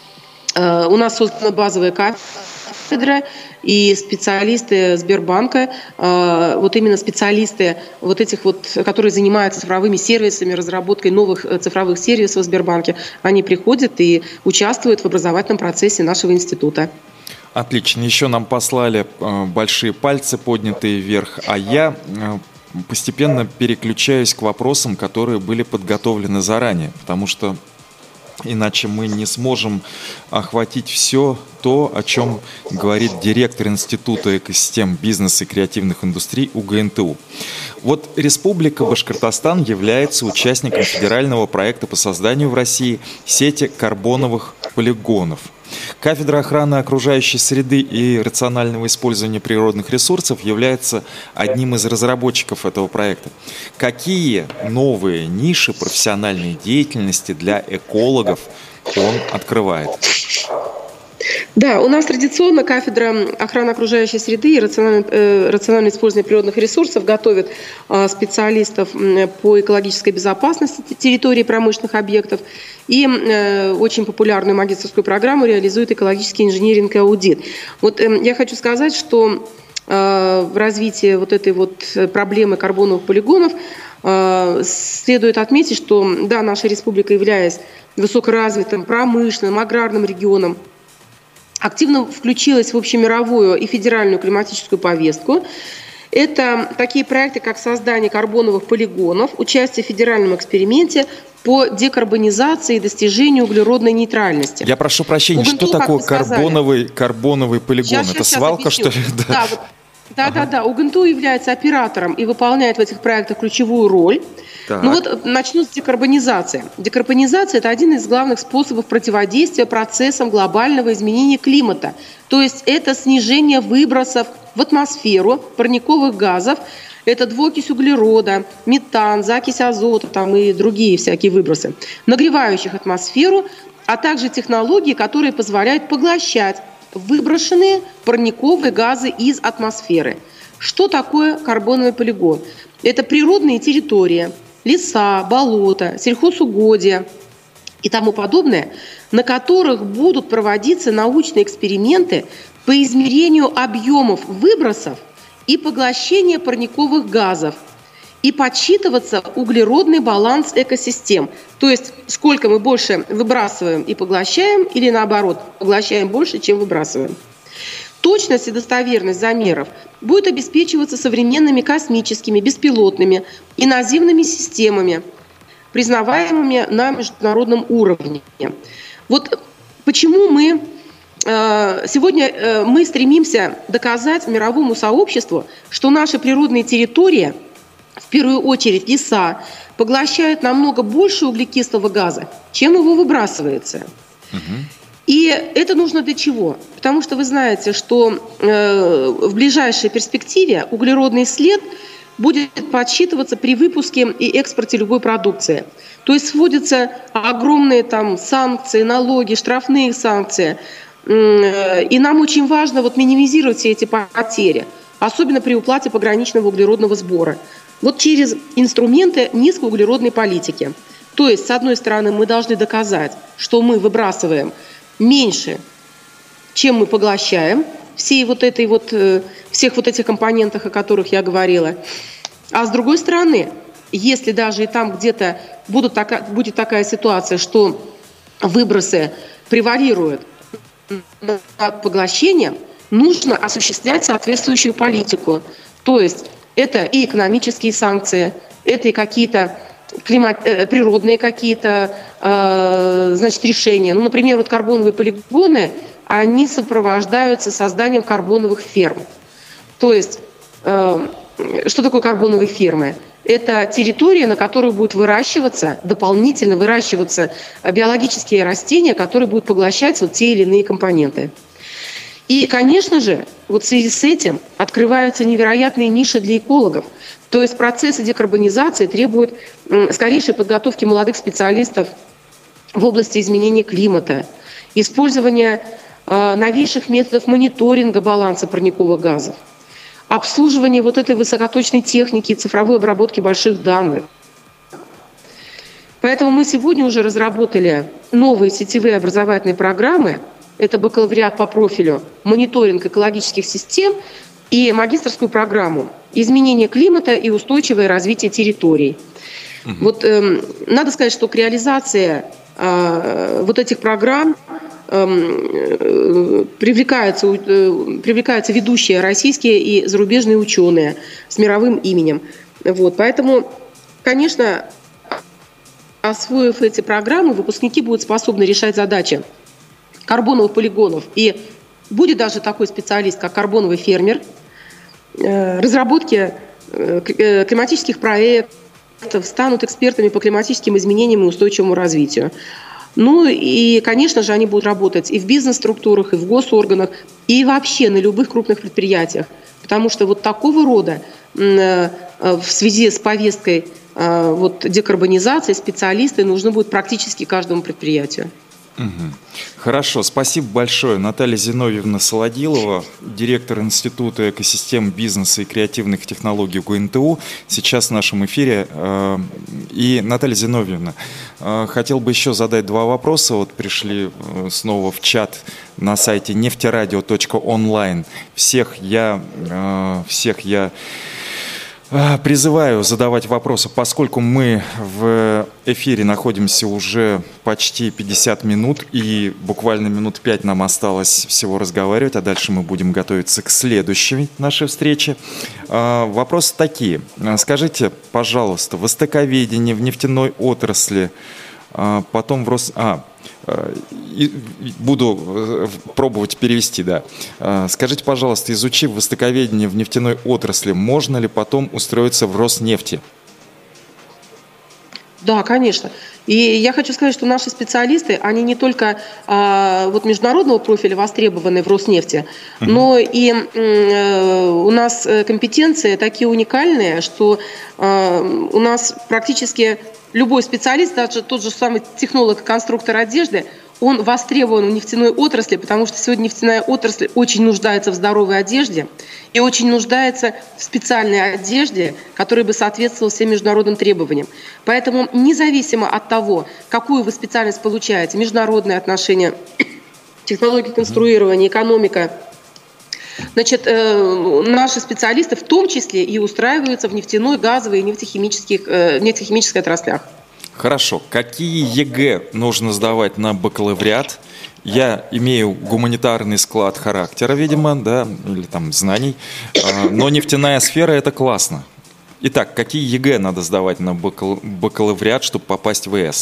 У нас создана базовая кафедра, и специалисты Сбербанка, вот именно специалисты вот этих вот, которые занимаются цифровыми сервисами, разработкой новых цифровых сервисов в Сбербанке, они приходят и участвуют в образовательном процессе нашего института. Отлично. Еще нам послали большие пальцы, поднятые вверх, а я постепенно переключаюсь к вопросам, которые были подготовлены заранее, потому что иначе мы не сможем охватить все то, о чем говорит директор Института экосистем бизнеса и креативных индустрий УГНТУ. Вот Республика Башкортостан является участником федерального проекта по созданию в России сети карбоновых полигонов. Кафедра охраны окружающей среды и рационального использования природных ресурсов является одним из разработчиков этого проекта. Какие новые ниши профессиональной деятельности для экологов он открывает? Да, у нас традиционно кафедра охраны окружающей среды и рациональное использование природных ресурсов готовит специалистов по экологической безопасности территории промышленных объектов. И очень популярную магистерскую программу реализует экологический инжиниринг и аудит. Вот я хочу сказать, что в развитии вот этой вот проблемы карбоновых полигонов следует отметить, что да, наша республика, являясь высокоразвитым промышленным, аграрным регионом, активно включилась в общемировую и федеральную климатическую повестку. Это такие проекты, как создание карбоновых полигонов, участие в федеральном эксперименте по декарбонизации и достижению углеродной нейтральности. Я прошу прощения, что такое карбоновый полигон? Это свалка, что ли? Да. УГНТУ является оператором и выполняет в этих проектах ключевую роль. Так. Ну вот начну с декарбонизации. Декарбонизация – это один из главных способов противодействия процессам глобального изменения климата. То есть это снижение выбросов в атмосферу парниковых газов. Это двуокись углерода, метан, закись азота там, и другие всякие выбросы, нагревающих атмосферу, а также технологии, которые позволяют поглощать выброшенные парниковые газы из атмосферы. Что такое карбоновый полигон? Это природные территории, леса, болота, сельхозугодия и тому подобное, на которых будут проводиться научные эксперименты по измерению объемов выбросов и поглощения парниковых газов, и подсчитываться углеродный баланс экосистем. То есть, сколько мы больше выбрасываем и поглощаем, или наоборот, поглощаем больше, чем выбрасываем. Точность и достоверность замеров будет обеспечиваться современными космическими, беспилотными и наземными системами, признаваемыми на международном уровне. Вот почему мы сегодня мы стремимся доказать мировому сообществу, что наши природные территории, в первую очередь леса, поглощают намного больше углекислого газа, чем его выбрасывается. И это нужно для чего? Потому что вы знаете, что в ближайшей перспективе углеродный след будет подсчитываться при выпуске и экспорте любой продукции. То есть вводятся огромные там санкции, налоги, штрафные санкции И нам очень важно вот минимизировать все эти потери, особенно при уплате пограничного углеродного сбора. Вот через инструменты низкоуглеродной политики. То есть, с одной стороны, мы должны доказать, что мы выбрасываем меньше, чем мы поглощаем, всех вот этих компонентах, о которых я говорила. А с другой стороны, если даже и там где-то будет такая ситуация, что выбросы превалируют над поглощением, нужно осуществлять соответствующую политику. То есть это и экономические санкции, это и какие-то природные какие-то решения. Ну, например, вот карбоновые полигоны, они сопровождаются созданием карбоновых ферм. То есть, что такое карбоновые фермы? Это территория, на которой будут дополнительно выращиваться биологические растения, которые будут поглощать вот те или иные компоненты. И, конечно же, вот в связи с этим открываются невероятные ниши для экологов. То есть процессы декарбонизации требуют скорейшей подготовки молодых специалистов в области изменения климата, использования новейших методов мониторинга баланса парниковых газов, обслуживание вот этой высокоточной техники и цифровой обработки больших данных. Поэтому мы сегодня уже разработали новые сетевые образовательные программы. Это бакалавриат по профилю «Мониторинг экологических систем» и магистерскую программу «Изменение климата и устойчивое развитие территорий». Вот надо сказать, что к реализации вот этих программ привлекаются ведущие российские и зарубежные ученые с мировым именем. Вот. Поэтому, конечно, освоив эти программы, выпускники будут способны решать задачи карбоновых полигонов. И будет даже такой специалист, как карбоновый фермер, разработки климатических проектов, станут экспертами по климатическим изменениям и устойчивому развитию. Ну и, конечно же, они будут работать и в бизнес-структурах, и в госорганах, и вообще на любых крупных предприятиях. Потому что вот такого рода в связи с повесткой декарбонизации специалисты нужны будут практически каждому предприятию. Хорошо, спасибо большое. Наталья Зиновьевна Солодилова, директор Института экосистем бизнеса и креативных технологий УГНТУ, сейчас в нашем эфире. И, Наталья Зиновьевна, хотел бы еще задать два вопроса. Вот пришли снова в чат на сайте нефтерадио.онлайн. Всех я призываю задавать вопросы, поскольку мы в эфире находимся уже почти 50 минут, и буквально минут 5 нам осталось всего разговаривать, а дальше мы будем готовиться к следующей нашей встрече. Вопросы такие. Скажите, пожалуйста, востоковедение в нефтяной отрасли, потом буду пробовать перевести, да. Скажите, пожалуйста, изучив востоковедение в нефтяной отрасли, можно ли потом устроиться в Роснефти? Да, конечно. И я хочу сказать, что наши специалисты, они не только международного профиля востребованы в Роснефти, но и у нас компетенции такие уникальные, что у нас практически любой специалист, даже тот же самый технолог и конструктор одежды, он востребован в нефтяной отрасли, потому что сегодня нефтяная отрасль очень нуждается в здоровой одежде и очень нуждается в специальной одежде, которая бы соответствовала всем международным требованиям. Поэтому независимо от того, какую вы специальность получаете, международные отношения, технологии конструирования, экономика, наши специалисты в том числе и устраиваются в нефтяной, газовой и нефтехимической отраслях. Хорошо. Какие ЕГЭ нужно сдавать на бакалавриат? Я имею гуманитарный склад характера, видимо, да, или там знаний, но нефтяная сфера – это классно. Итак, какие ЕГЭ надо сдавать на бакалавриат, чтобы попасть в ЕС?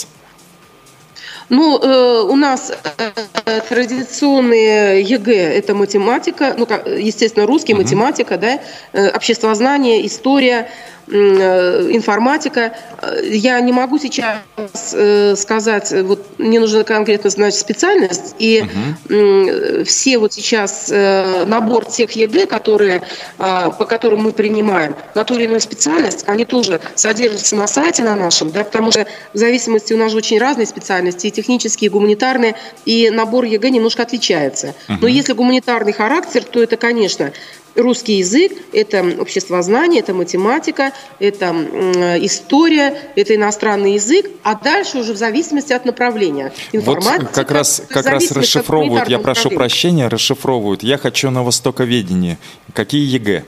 У нас традиционные ЕГЭ – это математика, естественно, русский, математика, да, обществознание, история. информатика. Я не могу сейчас сказать, вот мне нужно конкретно знать специальность, и все вот сейчас набор тех ЕГЭ, по которым мы принимаем на ту или иную специальность, они тоже содержатся на сайте на нашем, да, потому что в зависимости у нас же очень разные специальности, и технические, и гуманитарные, и набор ЕГЭ немножко отличается. Но если гуманитарный характер, то это, конечно, русский язык, это обществознание, это математика, это история, это иностранный язык, а дальше уже в зависимости от направления. Информатика, вот как раз расшифровывают, я прошу прощения, расшифровывают. Я хочу на востоковедение. Какие ЕГЭ?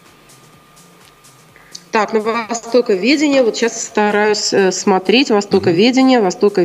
Так, на востоковедение, вот сейчас стараюсь смотреть, востоковедение.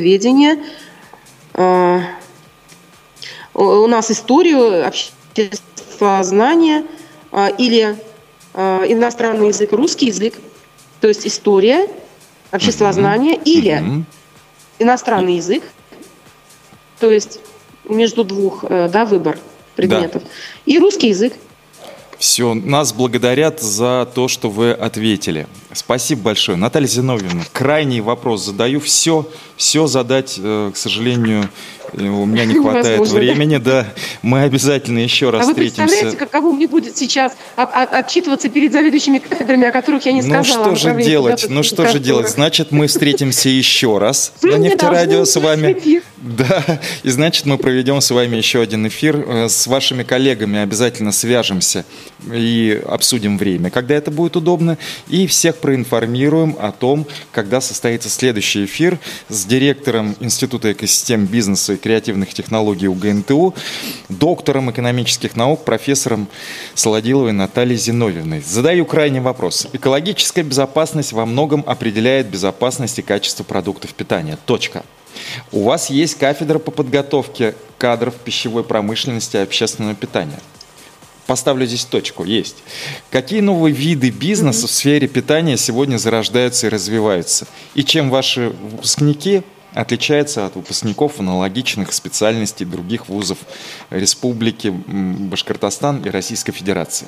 У нас историю, обществознание, или иностранный язык, русский язык, то есть история, обществознание, или иностранный язык, то есть между двух, выбор предметов, и русский язык. Все, нас благодарят за то, что вы ответили. Спасибо большое. Наталья Зиновьевна, крайний вопрос задаю. Все задать, к сожалению, у меня не хватает времени. Да, мы обязательно еще раз встретимся. Вы представляете, каково мне будет сейчас отчитываться перед заведующими кафедрами, о которых я не сказала? Ну что же делать? Значит, мы встретимся еще раз на Нефтерадио с вами. Да, и значит, мы проведем с вами еще один эфир. С вашими коллегами обязательно свяжемся и обсудим время, когда это будет удобно, и всех проинформируем о том, когда состоится следующий эфир с директором Института экосистем бизнеса и креативных технологий УГНТУ, доктором экономических наук, профессором Солодиловой Натальей Зиновьевной. Задаю крайний вопрос. Экологическая безопасность во многом определяет безопасность и качество продуктов питания. Точка. У вас есть кафедра по подготовке кадров пищевой промышленности и общественного питания. Поставлю здесь точку. Есть. Какие новые виды бизнеса в сфере питания сегодня зарождаются и развиваются? И чем ваши выпускники отличаются от выпускников аналогичных специальностей других вузов Республики Башкортостан и Российской Федерации?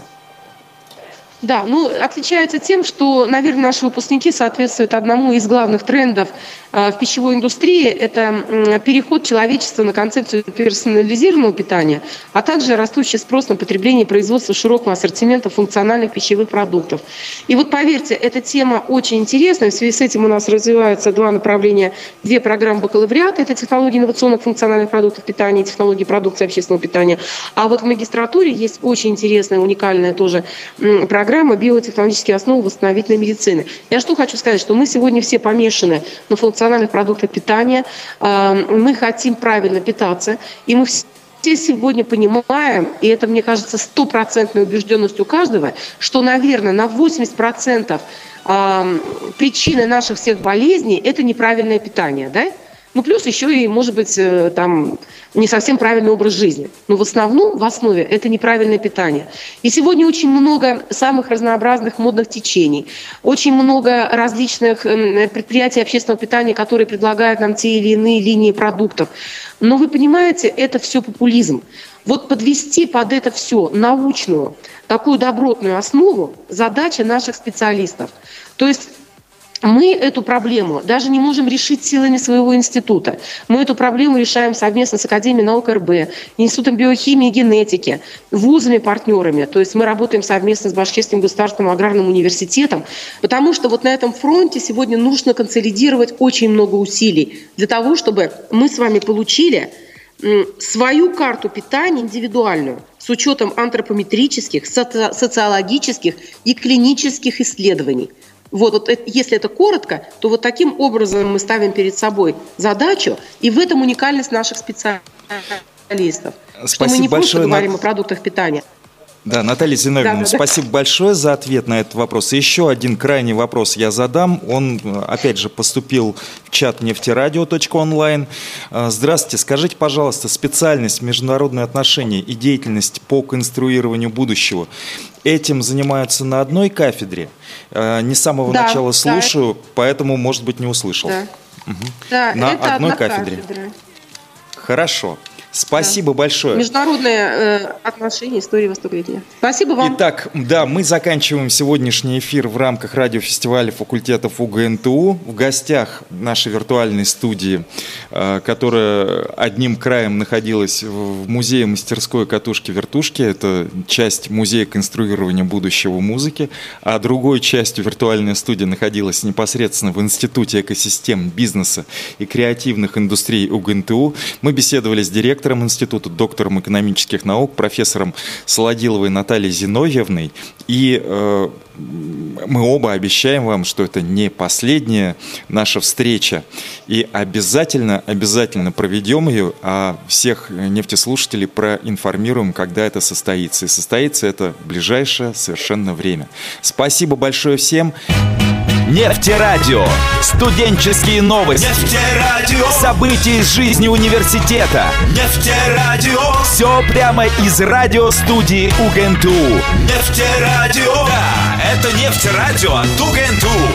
Да, отличаются тем, что, наверное, наши выпускники соответствуют одному из главных трендов в пищевой индустрии. Это переход человечества на концепцию персонализированного питания, а также растущий спрос на потребление и производство широкого ассортимента функциональных пищевых продуктов. И вот поверьте, эта тема очень интересная. В связи с этим у нас развиваются два направления, две программы бакалавриата. Это технологии инновационных функциональных продуктов питания и технологии продукции общественного питания. А вот в магистратуре есть очень интересная, уникальная тоже программа биотехнологические основы восстановительной медицины. Я что хочу сказать, что мы сегодня все помешаны на функциональных продуктах питания, мы хотим правильно питаться, и мы все сегодня понимаем, и это, мне кажется, 100% убежденностью каждого, что, наверное, на 80% причины наших всех болезней – это неправильное питание, да? Плюс еще и, может быть, не совсем правильный образ жизни. Но в основе это неправильное питание. И сегодня очень много самых разнообразных модных течений, очень много различных предприятий общественного питания, которые предлагают нам те или иные линии продуктов. Но вы понимаете, это все популизм. Вот подвести под это все научную, такую добротную основу – задача наших специалистов. То есть мы эту проблему даже не можем решить силами своего института. Мы эту проблему решаем совместно с Академией наук РБ, Институтом биохимии и генетики, вузами-партнерами. То есть мы работаем совместно с Башкирским государственным аграрным университетом, потому что вот на этом фронте сегодня нужно консолидировать очень много усилий для того, чтобы мы с вами получили свою карту питания индивидуальную с учетом антропометрических, социологических и клинических исследований. Вот если это коротко, то вот таким образом мы ставим перед собой задачу, и в этом уникальность наших специалистов. Спасибо что мы не большое, просто говорим о продуктах питания. Да, Наталья Зиновьевна, спасибо большое за ответ на этот вопрос. И еще один крайний вопрос я задам. Он, опять же, поступил в чат нефтерадио.онлайн. Здравствуйте, скажите, пожалуйста, специальность международные отношения и деятельность по конструированию будущего этим занимаются на одной кафедре? Не с самого начала слушаю, поэтому, может быть, не услышал. Да, на это одной одна кафедре. кафедра. Хорошо. Спасибо большое. Международные отношения, история Востоковедения. Спасибо вам. Итак, да, мы заканчиваем сегодняшний эфир в рамках радиофестиваля факультетов УГНТУ. В гостях нашей виртуальной студии, которая одним краем находилась в музее мастерской катушки-вертушки. Это часть музея конструирования будущего музыки. А другой частью виртуальной студии находилась непосредственно в Институте экосистем бизнеса и креативных индустрий УГНТУ. Мы беседовали с директором института, доктором экономических наук, профессором Солодиловой Натальей Зиновьевной. И мы оба обещаем вам, что это не последняя наша встреча. И обязательно проведем ее, а всех нефтеслушателей проинформируем, когда это состоится. И состоится это в ближайшее совершенно время. Спасибо большое всем. Нефтерадио. Студенческие новости. Нефтерадио. События из жизни университета. Нефтерадио. Все прямо из радиостудии УГНТУ. Нефтерадио. Да, это Нефтерадио от УГНТУ.